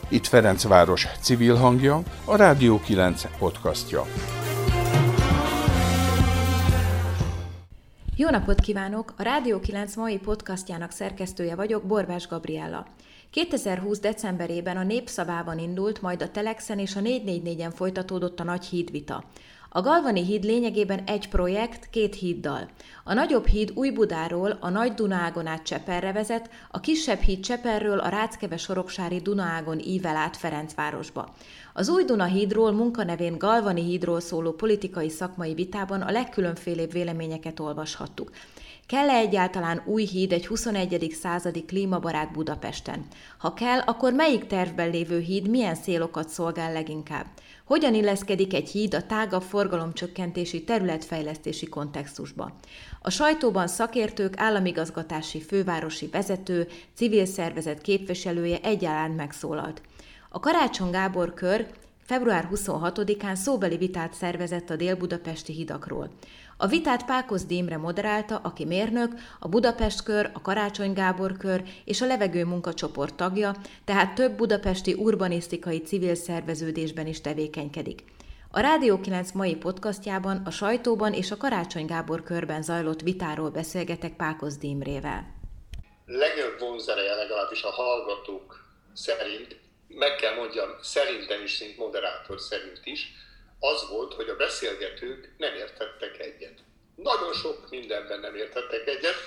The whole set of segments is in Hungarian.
Itt Ferencváros civil hangja, a Rádió 9 podcastja. Jó napot kívánok! A Rádió 9 mai podcastjának szerkesztője vagyok, Borbás Gabriella. 2020. decemberében a Népszavában indult, majd a Telexen és a 444-en folytatódott a nagy hídvita. A Galvani híd lényegében egy projekt, két híddal. A nagyobb híd Újbudáról a Nagy Dunaágon át Csepelre vezet, a kisebb híd Csepelről a Ráckeve-Soroksári Dunaágon ível át Ferencvárosba. Az Új Duna hídról, munkanevén Galvani hídról szóló politikai szakmai vitában a legkülönfélébb véleményeket olvashattuk. Kell-e egyáltalán új híd egy 21. századi klímabarát Budapesten? Ha kell, akkor melyik tervben lévő híd milyen célokat szolgál leginkább? Hogyan illeszkedik egy híd a tágabb forgalomcsökkentési területfejlesztési kontextusba? A sajtóban szakértők, államigazgatási fővárosi vezető, civil szervezet képviselője egyaránt megszólalt. A Karácsony Gábor kör február 26-án szóbeli vitát szervezett a dél-budapesti hídakról. A vitát Pákozdi Imre moderálta, aki mérnök, a Budapest kör, a Karácsony Gábor kör és a Levegő munkacsoport tagja, tehát több budapesti urbanisztikai civil szerveződésben is tevékenykedik. A Rádió 9 mai podcastjában a sajtóban és a Karácsony Gábor körben zajlott vitáról beszélgetek Pákozdi Imrével. Legnagyobb vonzereje legalábbis a hallgatók szerint, meg kell mondjam, szerintem is, mint moderátor szerint is, az volt, hogy a beszélgetők nem értettek egyet. Nagyon sok mindenben nem értettek egyet,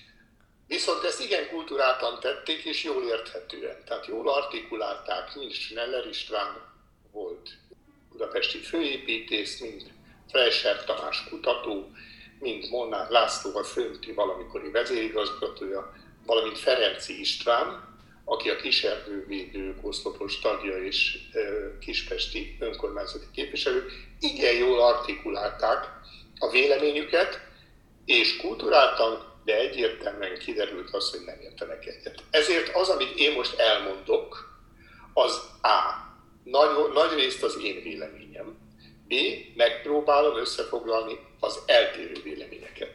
viszont ezt igen kulturáltan tették, és jól érthetően. Tehát jól artikulálták, mind Schneller István volt budapesti főépítész, mind Fleischer Tamás kutató, mind Molnár László a Fönti valamikori vezérigazgatója, valamint Ferenczy István, aki a Kiserdővédők oszlopos tagja és kispesti önkormányzati képviselő, igen jól artikulálták a véleményüket, és kulturáltan, de egyértelműen kiderült az, hogy nem értenek egyet. Ezért az, amit én most elmondok, az A. Nagy részt az én véleményem, B. Megpróbálom összefoglalni az eltérő véleményeket.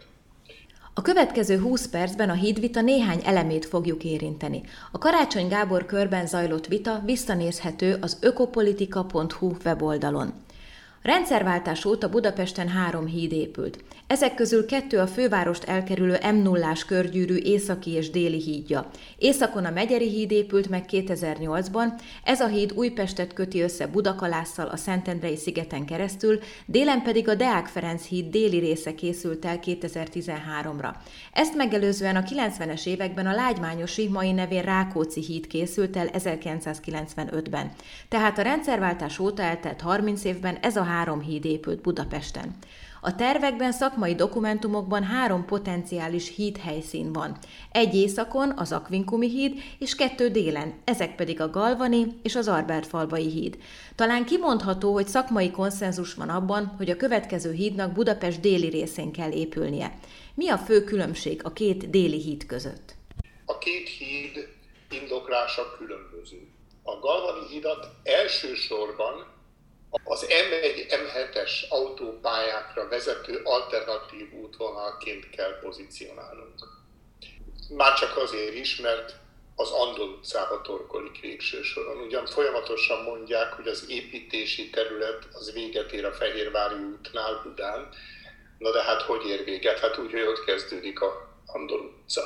A következő 20 percben a hídvita néhány elemét fogjuk érinteni. A Karácsony Gábor körben zajlott vita visszanézhető az ökopolitika.hu weboldalon. Rendszerváltás óta Budapesten 3 híd épült. Ezek közül 2 a fővárost elkerülő M0-ás körgyűrű északi és déli hídja. Északon a Megyeri híd épült meg 2008-ban, ez a híd Újpestet köti össze Budakalásszal a Szentendrei szigeten keresztül, délen pedig a Deák Ferenc híd déli része készült el 2013-ra. Ezt megelőzően a 90-es években a Lágymányosi, mai nevén Rákóczi híd készült el 1995-ben. Tehát a rendszerváltás óta eltelt 30 évben ez a 3 híd épült Budapesten. A tervekben, szakmai dokumentumokban 3 potenciális hídhelyszín van. Egy északon, az Aquincumi híd, és 2 délen, ezek pedig a Galvani és az Albertfalvai híd. Talán kimondható, hogy szakmai konszenzus van abban, hogy a következő hídnak Budapest déli részén kell épülnie. Mi a fő különbség a 2 déli híd között? A 2 híd indoklása különböző. A Galvani hídat elsősorban az M1, M7-es autópályákra vezető alternatív útvonalként kell pozícionálnunk. Már csak azért is, mert az Andol utcába torkolik végső soron. Ugyan folyamatosan mondják, hogy az építési terület az véget ér a Fehérvári útnál Budán. Na de hát hogy ér véget? Hát úgy, hogy ott kezdődik a Andol utca.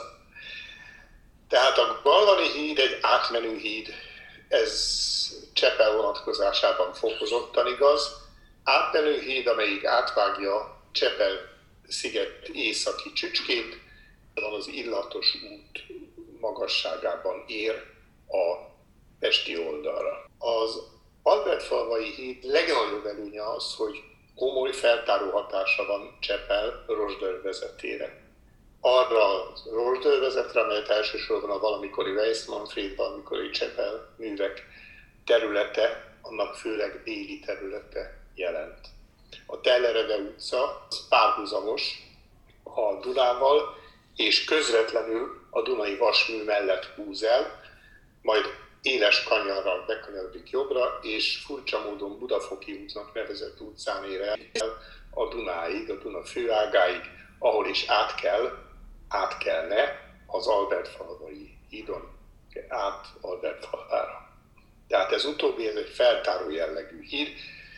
Tehát a Galvani híd egy átmenő híd, ez Csepel vonatkozásában fokozottan igaz. Átmenő híd, amelyik átvágja Csepel sziget északi csücskét, az Illatos út magasságában ér a pesti oldalra. Az Albertfalvai híd legnagyobb előnye az, hogy komoly feltáró hatása van Csepel rozsdőrvezetére. Arra a rozsdőrvezetre, amelyet elsősorban a valamikori Weiss-Manfréd, valamikori Csepel művek területe, annak főleg déli területe jelent. A Tellerede utca az párhuzamos a Dunával, és közvetlenül a Dunai Vasmű mellett húz el, majd éles kanyarral bekanyarodik jobbra, és furcsa módon Budafoki útnak nevezett utcán ér el a Dunáig, a Duna főágáig, ahol is át kellene az Albertfalvai hídon át Albertfalvára. Tehát ez utóbbi, ez egy feltáró jellegű híd.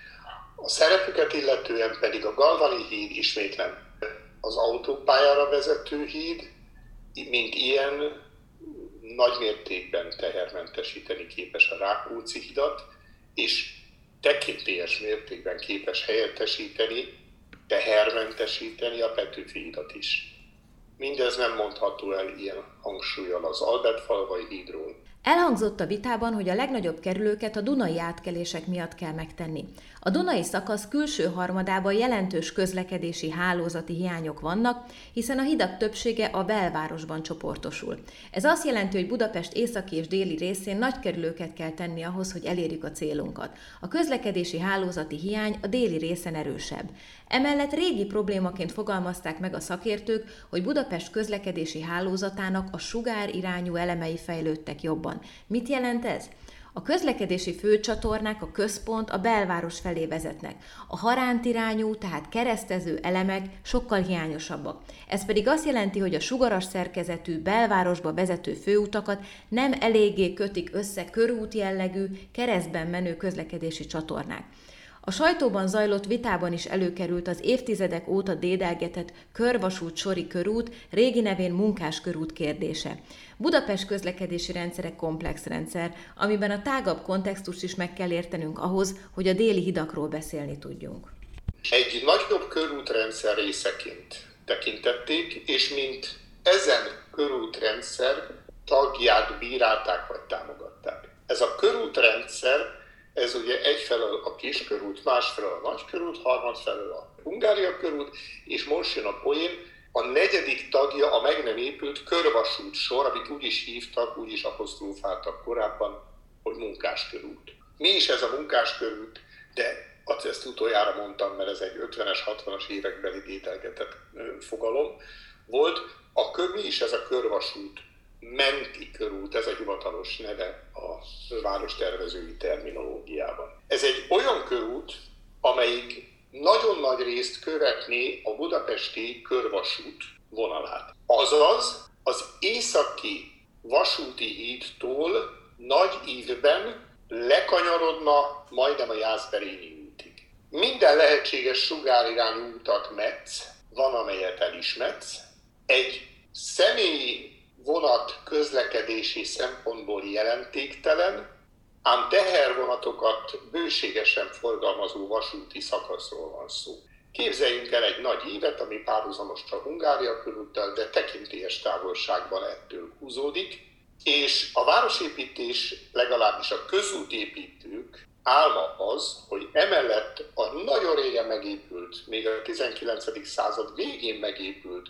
A szerepüket illetően pedig a Galvani híd, ismétlen az autópályára vezető híd, mint ilyen nagy mértékben tehermentesíteni képes a Rákóczi hidat, és tekintélyes mértékben képes helyettesíteni, tehermentesíteni a Petőfi hidat is. Mindez nem mondható el ilyen hangsúllyal az Albertfalvai hídról. Elhangzott a vitában, hogy a legnagyobb kerülőket a dunai átkelések miatt kell megtenni. A dunai szakasz külső harmadában jelentős közlekedési hálózati hiányok vannak, hiszen a hidak többsége a belvárosban csoportosul. Ez azt jelenti, hogy Budapest északi és déli részén nagy kerülőket kell tenni ahhoz, hogy elérjük a célunkat. A közlekedési hálózati hiány a déli részen erősebb. Emellett régi problémaként fogalmazták meg a szakértők, hogy Budapest közlekedési hálózatának a sugárirányú elemei fejlődtek jobban. Mit jelent ez? A közlekedési főcsatornák, a központ, a belváros felé vezetnek. A harántirányú, tehát keresztező elemek sokkal hiányosabbak. Ez pedig azt jelenti, hogy a sugaras szerkezetű, belvárosba vezető főutakat nem eléggé kötik össze körút jellegű, keresztben menő közlekedési csatornák. A sajtóban zajlott vitában is előkerült az évtizedek óta dédelgetett körvasút-sori körút, régi nevén munkáskörút kérdése. Budapest közlekedési rendszere komplex rendszer, amiben a tágabb kontextust is meg kell értenünk ahhoz, hogy a déli hidakról beszélni tudjunk. Egy nagyobb körútrendszer részeként tekintették, és mint ezen körútrendszer tagját bírálták vagy támogatták. Ez a körútrendszer, ez ugye egyfelől a kiskörút, másfelől a nagykörút, harmadfelől a Hungária körút, és most jön a poén, a negyedik tagja a meg nem épült körvasút sor, amit úgy is hívtak, úgy is aposztrófáltak korábban, hogy munkáskörút. Mi is ez a munkáskörút, de ezt utoljára mondtam, mert ez egy 50-es, 60-as évekbeli dédelgetett fogalom volt. Mi is ez a körvasút? Menti körút, ez a hivatalos neve a várostervezői terminológiában. Ez egy olyan körút, amelyik nagyon nagy részt követné a budapesti körvasút vonalát. Azaz az északi vasúti hídtól nagy ívben lekanyarodna majdnem a Jászberényi útig. Minden lehetséges sugárirányú utat metsz, van amelyet elismersz. Egy személyi vonat közlekedési szempontból jelentéktelen, ám tehervonatokat bőségesen forgalmazó vasúti szakaszról van szó. Képzeljünk el egy nagy ívet, ami párhuzamos a Hungária körúttal, de tekintélyes távolságban ettől húzódik, és a városépítés, legalábbis a közútépítők álma az, hogy emellett a nagyon régen megépült, még a 19. század végén megépült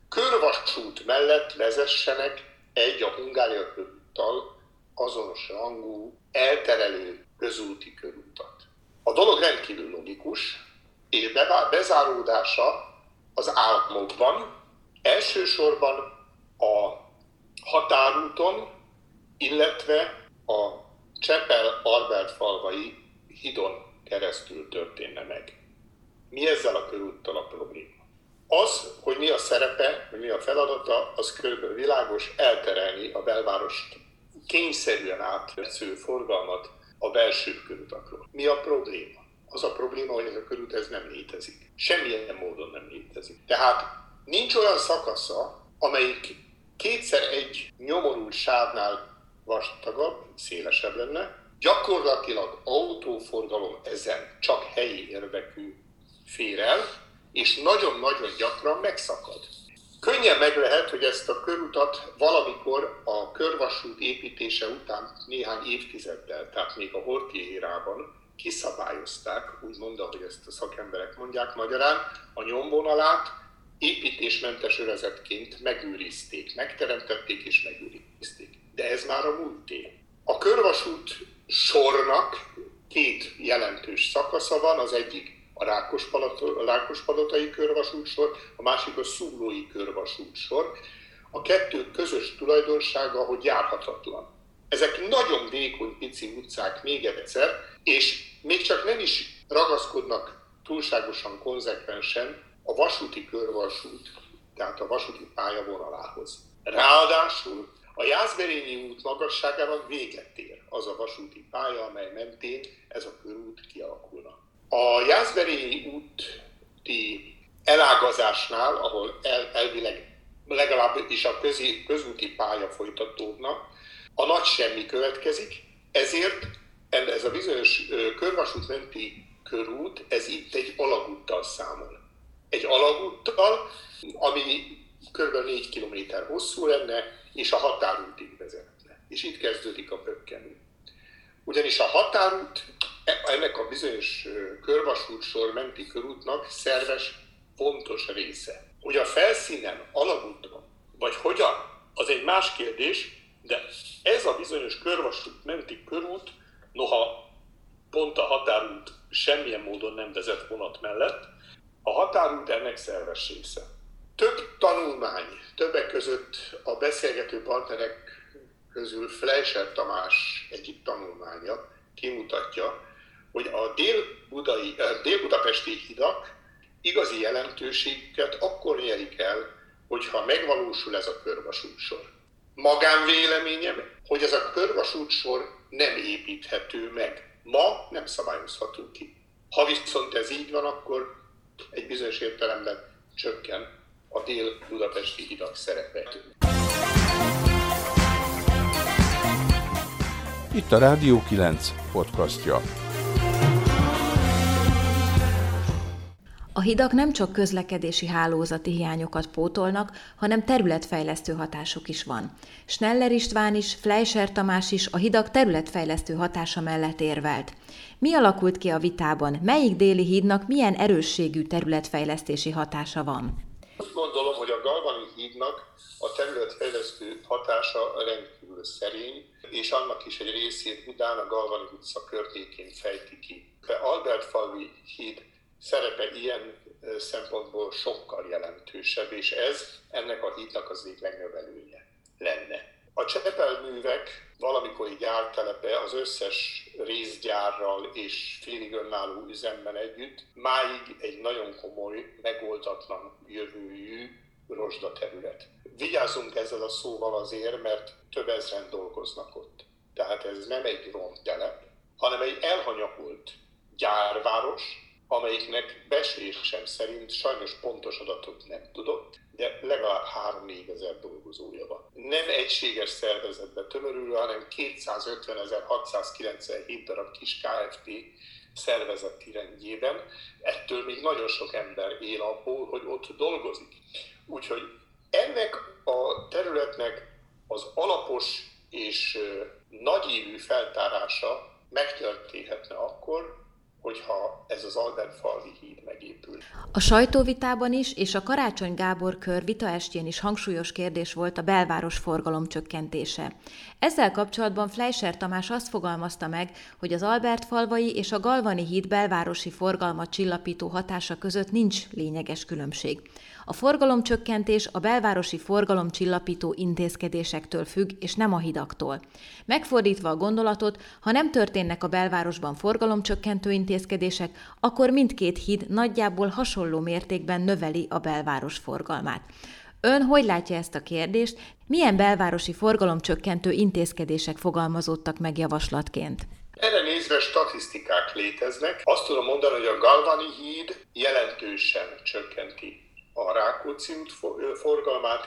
körvasút mellett vezessenek egy a Hungária körúttal azonos rangú, elterelő közúti körútat. A dolog rendkívül logikus, és bezáródása az álmokban, elsősorban a határúton, illetve a Csepel-Albertfalvai hídon keresztül történne meg. Mi ezzel a körúttal a probléma? Az, hogy mi a szerepe, hogy mi a feladata, az körülbelül világos, elterelni a belvárost kényszerűen átvezető forgalmat a belső körutakról. Mi a probléma? Az a probléma, hogy ez a körút ez nem létezik. Semmilyen módon nem létezik. Tehát nincs olyan szakasza, amelyik kétszer egy nyomorult sávnál vastagabb, szélesebb lenne. Gyakorlatilag autóforgalom ezen csak helyi érdekű fér el, és nagyon-nagyon gyakran megszakad. Könnyen meg lehet, hogy ezt a körutat valamikor a körvasút építése után néhány évtizeddel, tehát még a Horthy érában kiszabályozták, úgymond, ahogy ezt a szakemberek mondják magyarán, a nyomvonalát építésmentes övezetként megőrizték, megteremtették és megőrizték. De ez már a múlté. A körvasút sornak két jelentős szakasza van, az egyik a Rákospalotai körvasútsor, a másik a Zuglói körvasútsor. A kettő közös tulajdonsága, hogy járhatatlan. Ezek nagyon vékony pici utcák még egyszer, és még csak nem is ragaszkodnak túlságosan konzekvensen a vasúti körvasút, tehát a vasúti pályavonalához. Ráadásul a Jászberényi út magasságában véget ér. az a vasúti pálya, amely mentén ez a körút kialakulna. A Jászberényi úti elágazásnál, ahol elvileg legalábbis a közúti pálya folytatódna, a nagy semmi következik, ezért ez a bizonyos körvasút menti körút, ez itt egy alagúttal számol. Egy alagúttal, ami kb. 4 km hosszú lenne, és a határútig vezetne. És itt kezdődik a pökkenő. Ugyanis a határút ennek a bizonyos körvasútsor menti körútnak szerves, fontos része. Hogy a felszínen, alagúton, vagy hogyan, az egy más kérdés, de ez a bizonyos körvasút menti körút, noha pont a határút semmilyen módon nem vezet vonat mellett, a határút ennek szerves része. Több tanulmány, többek között a beszélgető partnerek közül Fleischer Tamás egyik tanulmánya kimutatja, hogy a dél-budapesti hidak igazi jelentőséget akkor nyerik el, hogyha megvalósul ez a körvasútsor. Magánvéleményem, hogy ez a körvasútsor nem építhető meg. Ma nem szabályozható ki. Ha viszont ez így van, akkor egy bizonyos értelemben csökken a dél-budapesti hidak szerepe. Itt a Rádió 9 podcastja. A hidak nem csak közlekedési hálózati hiányokat pótolnak, hanem területfejlesztő hatásuk is van. Schneller István is, Fleischer Tamás is a hidak területfejlesztő hatása mellett érvelt. Mi alakult ki a vitában? Melyik déli hídnak milyen erősségű területfejlesztési hatása van? Azt gondolom, hogy a Galvani hídnak a területfejlesztő hatása rendkívül szerény, és annak is egy részét Budán a Galvani utca környékén fejti ki. De Albertfalvi híd szerepe ilyen szempontból sokkal jelentősebb, és ez ennek a hídnak az egyik legnövelője lenne. A Csepel-művek valamikori gyártelepe az összes részgyárral és félig önálló üzemben együtt máig egy nagyon komoly, megoldatlan jövőjű rozsdaterület. Vigyázzunk ezzel a szóval azért, mert több ezren dolgoznak ott. Tehát ez nem egy romtelep, hanem egy elhanyagolt gyárváros, amelyiknek becslésem szerint sajnos pontos adatot nem tudott, de legalább 3-4 ezer dolgozója van. Nem egységes szervezetbe tömörülő, hanem 250.697 darab kis Kft. Szervezeti rendjében. Ettől még nagyon sok ember él abból, hogy ott dolgozik. Úgyhogy ennek a területnek az alapos és nagyívű feltárása megtörténhetne akkor, hogyha ez az Albertfalvi híd megépül. A sajtóvitában is és a Karácsony Gábor kör vitaestjén is hangsúlyos kérdés volt a belváros forgalom csökkentése. Ezzel kapcsolatban Fleischer Tamás azt fogalmazta meg, hogy az Albertfalvai és a Galvani híd belvárosi forgalmat csillapító hatása között nincs lényeges különbség. A forgalomcsökkentés a belvárosi forgalomcsillapító intézkedésektől függ, és nem a hidaktól. Megfordítva a gondolatot, ha nem történnek a belvárosban forgalomcsökkentő intézkedések, akkor mindkét híd nagyjából hasonló mértékben növeli a belváros forgalmát. Ön hogy látja ezt a kérdést? Milyen belvárosi forgalomcsökkentő intézkedések fogalmazódtak meg javaslatként? Erre nézve statisztikák léteznek. Azt tudom mondani, hogy a Galvani híd jelentősen csökkenti a Rákóczi út forgalmát,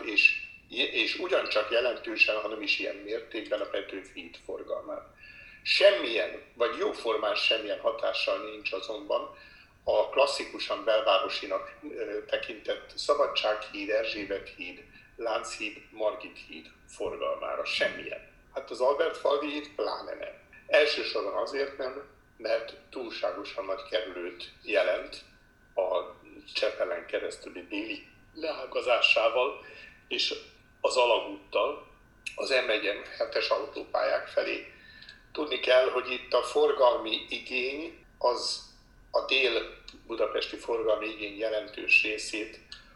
és ugyancsak jelentősen, hanem is ilyen mértékben a Petőfi híd forgalmát. Semmilyen, vagy jóformán semmilyen hatással nincs azonban a klasszikusan belvárosinak tekintett Szabadsághíd, Erzsébet híd, Lánchíd, Margit híd forgalmára. Semmilyen. Hát az Albertfalvi híd pláne nem. Elsősorban azért nem, mert túlságosan nagy kerülőt jelent a Csepelen keresztüli déli leágazásával és az alagúttal az M1-7-es autópályák felé. Tudni kell, hogy itt a forgalmi igény az a dél-budapesti forgalmi igény jelentős részét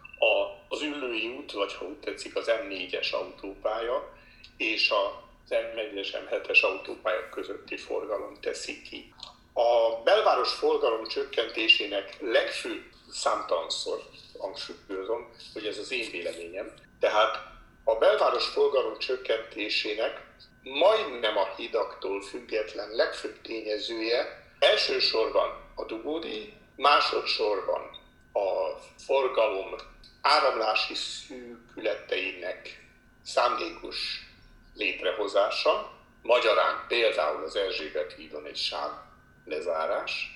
az Üllői út, vagy ha úgy tetszik az M4-es autópálya és az M1-es, M7-es autópályák közötti forgalom teszi ki. A belváros forgalom csökkentésének legfőbb, számtalanszor hangsúlyozom, hogy ez az én véleményem, tehát a belváros forgalom csökkentésének majdnem a hidaktól független legfőbb tényezője elsősorban a dugódíj, másodszorban a forgalom áramlási szűkületeinek szándékos létrehozása, magyarán például az Erzsébet hídon egy sáv lezárás,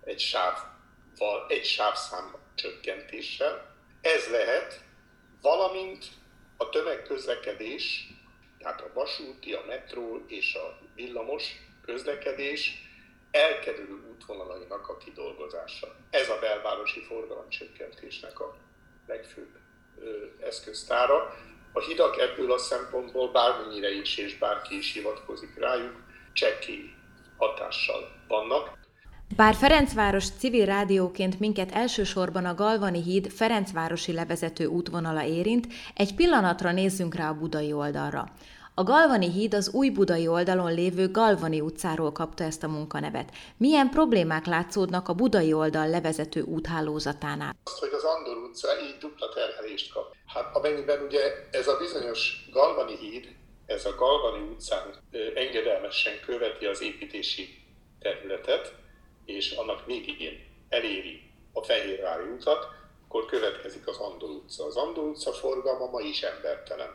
egy sávszám csökkentéssel. Ez lehet, valamint a tömegközlekedés, tehát a vasúti, a metró és a villamos közlekedés elkerülő útvonalainak a kidolgozása. Ez a belvárosi forgalomcsökkentésnek a legfőbb eszköztára. A hidak ebből a szempontból bármennyire is és bárki is hivatkozik rájuk, csekély hatással vannak. Bár Ferencváros civil rádióként minket elsősorban a Galvani híd Ferencvárosi levezető útvonala érint, egy pillanatra nézzünk rá a budai oldalra. A Galvani híd az új budai oldalon lévő Galvani utcáról kapta ezt a munkanevet. Milyen problémák látszódnak a budai oldal levezető úthálózatánál? Azt, hogy az Andor utca így dupla terhelést kap. Hát amennyiben ugye ez a bizonyos Galvani híd, ez a Galvani utcán engedelmesen követi az építési területet, és annak végén eléri a Fehérvári utat, akkor következik az Andor utca. Az Andor utca forgalma ma is embertelen.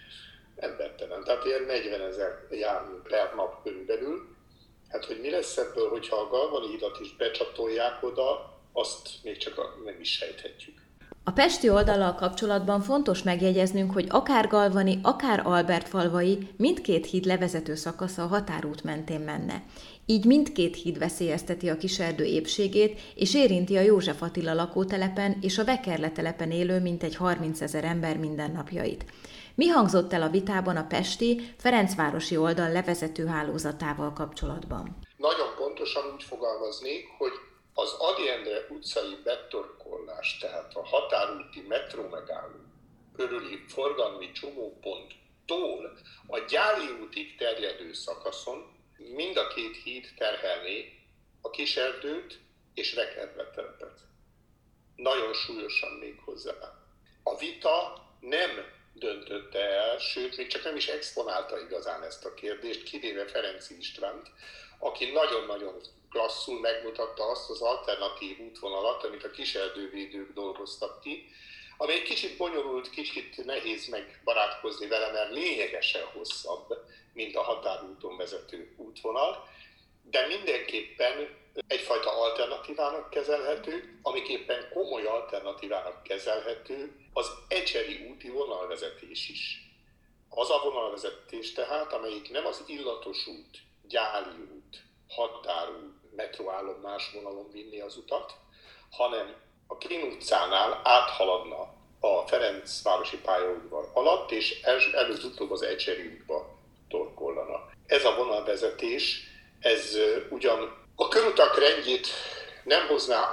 Tehát ilyen 40 000 jármű per nap körülbelül. Hát, hogy mi lesz ebből, hogyha a Galvani hidat is becsatolják oda, azt még csak nem is sejthetjük. A pesti oldallal kapcsolatban fontos megjegyeznünk, hogy akár Galvani, akár Albertfalvai mindkét híd levezető szakasza a határút mentén menne. Így mindkét híd veszélyezteti a kiserdő épségét, és érinti a József Attila lakótelepen és a Vekerle telepen élő mintegy 30 000 ember mindennapjait. Mi hangzott el a vitában a pesti, ferencvárosi oldal levezető hálózatával kapcsolatban? Nagyon pontosan úgy fogalmaznék, hogy az Ady Endre utcai betorkollás, tehát a határúti metró megálló körüli forgalmi csomóponttól a Gyáli útig terjedő szakaszon mind a két híd terhelné a Kiserdőt és Vekerle telepet. Nagyon súlyosan még hozzá. A vita nem döntötte el, sőt, még csak nem is exponálta igazán ezt a kérdést, kivéve Ferenczy Istvánt, aki nagyon-nagyon klasszul megmutatta azt az alternatív útvonalat, amit a kiserdővédők dolgoztak ki, ami egy kicsit bonyolult, kicsit nehéz megbarátkozni vele, mert lényegesen hosszabb, mint a határúton vezető útvonal, de mindenképpen egyfajta alternatívának kezelhető, amiképpen komoly alternatívának kezelhető az Ecseri úti vonalvezetés is. Az a vonalvezetés tehát, amelyik nem az Illatos út, Gyáli út, határút, metróállomás vonalon vinni az utat, hanem a Kén utcánál áthaladna a Ferencvárosi pályaudvar alatt, és előbb-utóbb az Ecseri útba torkollana. Ez a vonalvezetés, ez ugyan a körutak rendjét nem hozná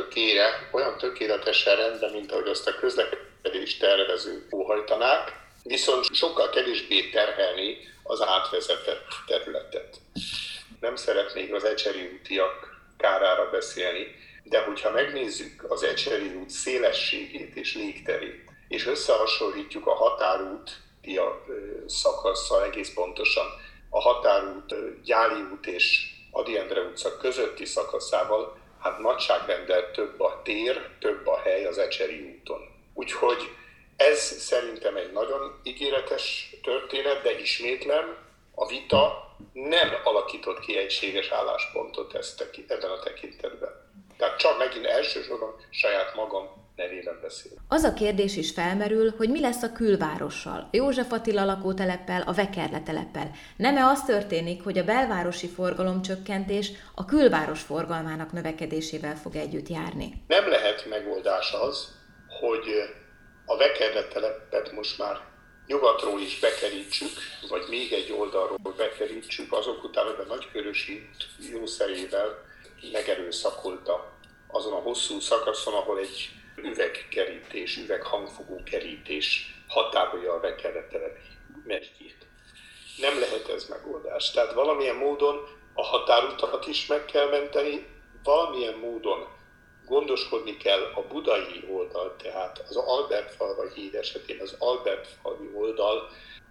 olyan tökéletesen rendbe, mint ahogy azt a közlekedés tervezők óhajtanák, viszont sokkal kevésbé terhelni az átvezetett területet. Nem szeretnék az Ecseri útiak kárára beszélni, de hogyha megnézzük az Ecseri út szélességét és légterét, és összehasonlítjuk a határúti szakasszal egész pontosan, a határút, Gyáli út és Ady Endre utca közötti szakaszával, hát nagyságrenddel több a tér, több a hely az Ecseri úton. Úgyhogy ez szerintem egy nagyon ígéretes történet, de ismétlem, a vita nem alakított ki egységes álláspontot ebben a tekintetben. Tehát csak megint elsősorban saját magam nevében beszél. Az a kérdés is felmerül, hogy mi lesz a külvárossal, a József Attila lakóteleppel, a Vekerle teleppel. Nem-e az történik, hogy a belvárosi forgalomcsökkentés a külváros forgalmának növekedésével fog együtt járni? Nem lehet megoldás az, hogy a Vekerle telepet most már nyugatról is bekerítsük, vagy még egy oldalról bekerítsük, azok után, hogy a Nagykörösi út jószerével megerőszakolta azon a hosszú szakaszon, ahol egy üvegkerítés, üveghangfogó kerítés határolja a Vekerle telep megyét. Nem lehet ez megoldás. Tehát valamilyen módon a határutat is meg kell menteni, valamilyen módon gondoskodni kell a budai oldal, tehát az Albertfalvai híd esetén az Albertfalvi oldal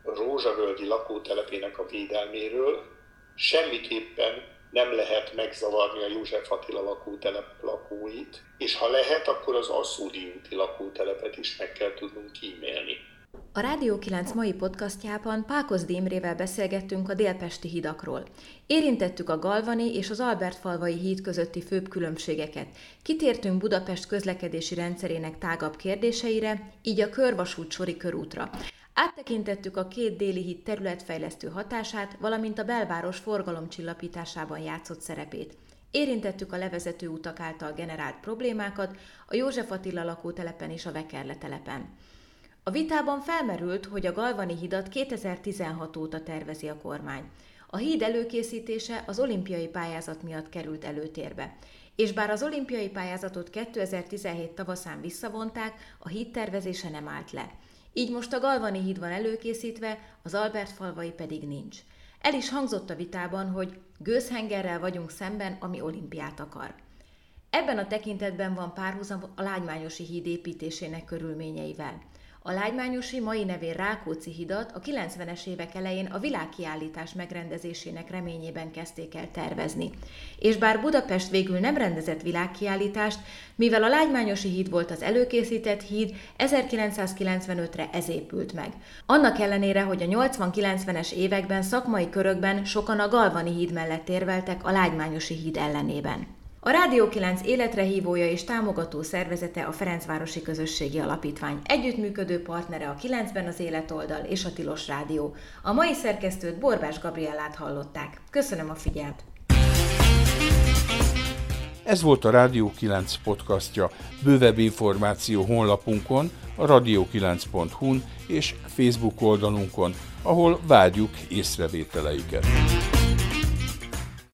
Rózsavölgyi lakótelepének a védelméről. Semmiképpen nem lehet megzavarni a József Attila lakótelep lakóit, és ha lehet, akkor az Aszódi úti lakótelepet is meg kell tudnunk kímélni. A Rádió 9 mai podcastjában Pákozdi Imrével beszélgettünk a délpesti hídakról. Érintettük a Galvani és az Albertfalvai híd közötti főbb különbségeket. Kitértünk Budapest közlekedési rendszerének tágabb kérdéseire, így a Körvasút-Sori körútra. Áttekintettük a két déli híd területfejlesztő hatását, valamint a belváros forgalomcsillapításában játszott szerepét. Érintettük a levezető utak által generált problémákat a József Attila lakótelepen és a Vekerle telepen. A vitában felmerült, hogy a Galvani hidat 2016 óta tervezi a kormány. A híd előkészítése az olimpiai pályázat miatt került előtérbe. És bár az olimpiai pályázatot 2017 tavaszán visszavonták, a híd tervezése nem állt le. Így most a Galvani híd van előkészítve, az Albertfalvai pedig nincs. El is hangzott a vitában, hogy gőzhengerrel vagyunk szemben, ami olimpiát akar. Ebben a tekintetben van párhuzam a Lágymányosi híd építésének körülményeivel. A Lágymányosi, mai nevén Rákóczi hidat a 90-es évek elején a világkiállítás megrendezésének reményében kezdték el tervezni. És bár Budapest végül nem rendezett világkiállítást, mivel a Lágymányosi híd volt az előkészített híd, 1995-re ez épült meg. Annak ellenére, hogy a 80-90-es években szakmai körökben sokan a Galvani híd mellett érveltek a Lágymányosi híd ellenében. A Rádió 9 életre hívója és támogató szervezete a Ferencvárosi Közösségi Alapítvány. Együttműködő partnere a 9-ben az Életoldal és a Tilos Rádió. A mai szerkesztőt, Borbás Gabriellát hallották. Köszönöm a figyelmet! Ez volt a Rádió 9 podcastja. Bővebb információ honlapunkon, a radio9.hu-n és Facebook oldalunkon, ahol várjuk észrevételeiket.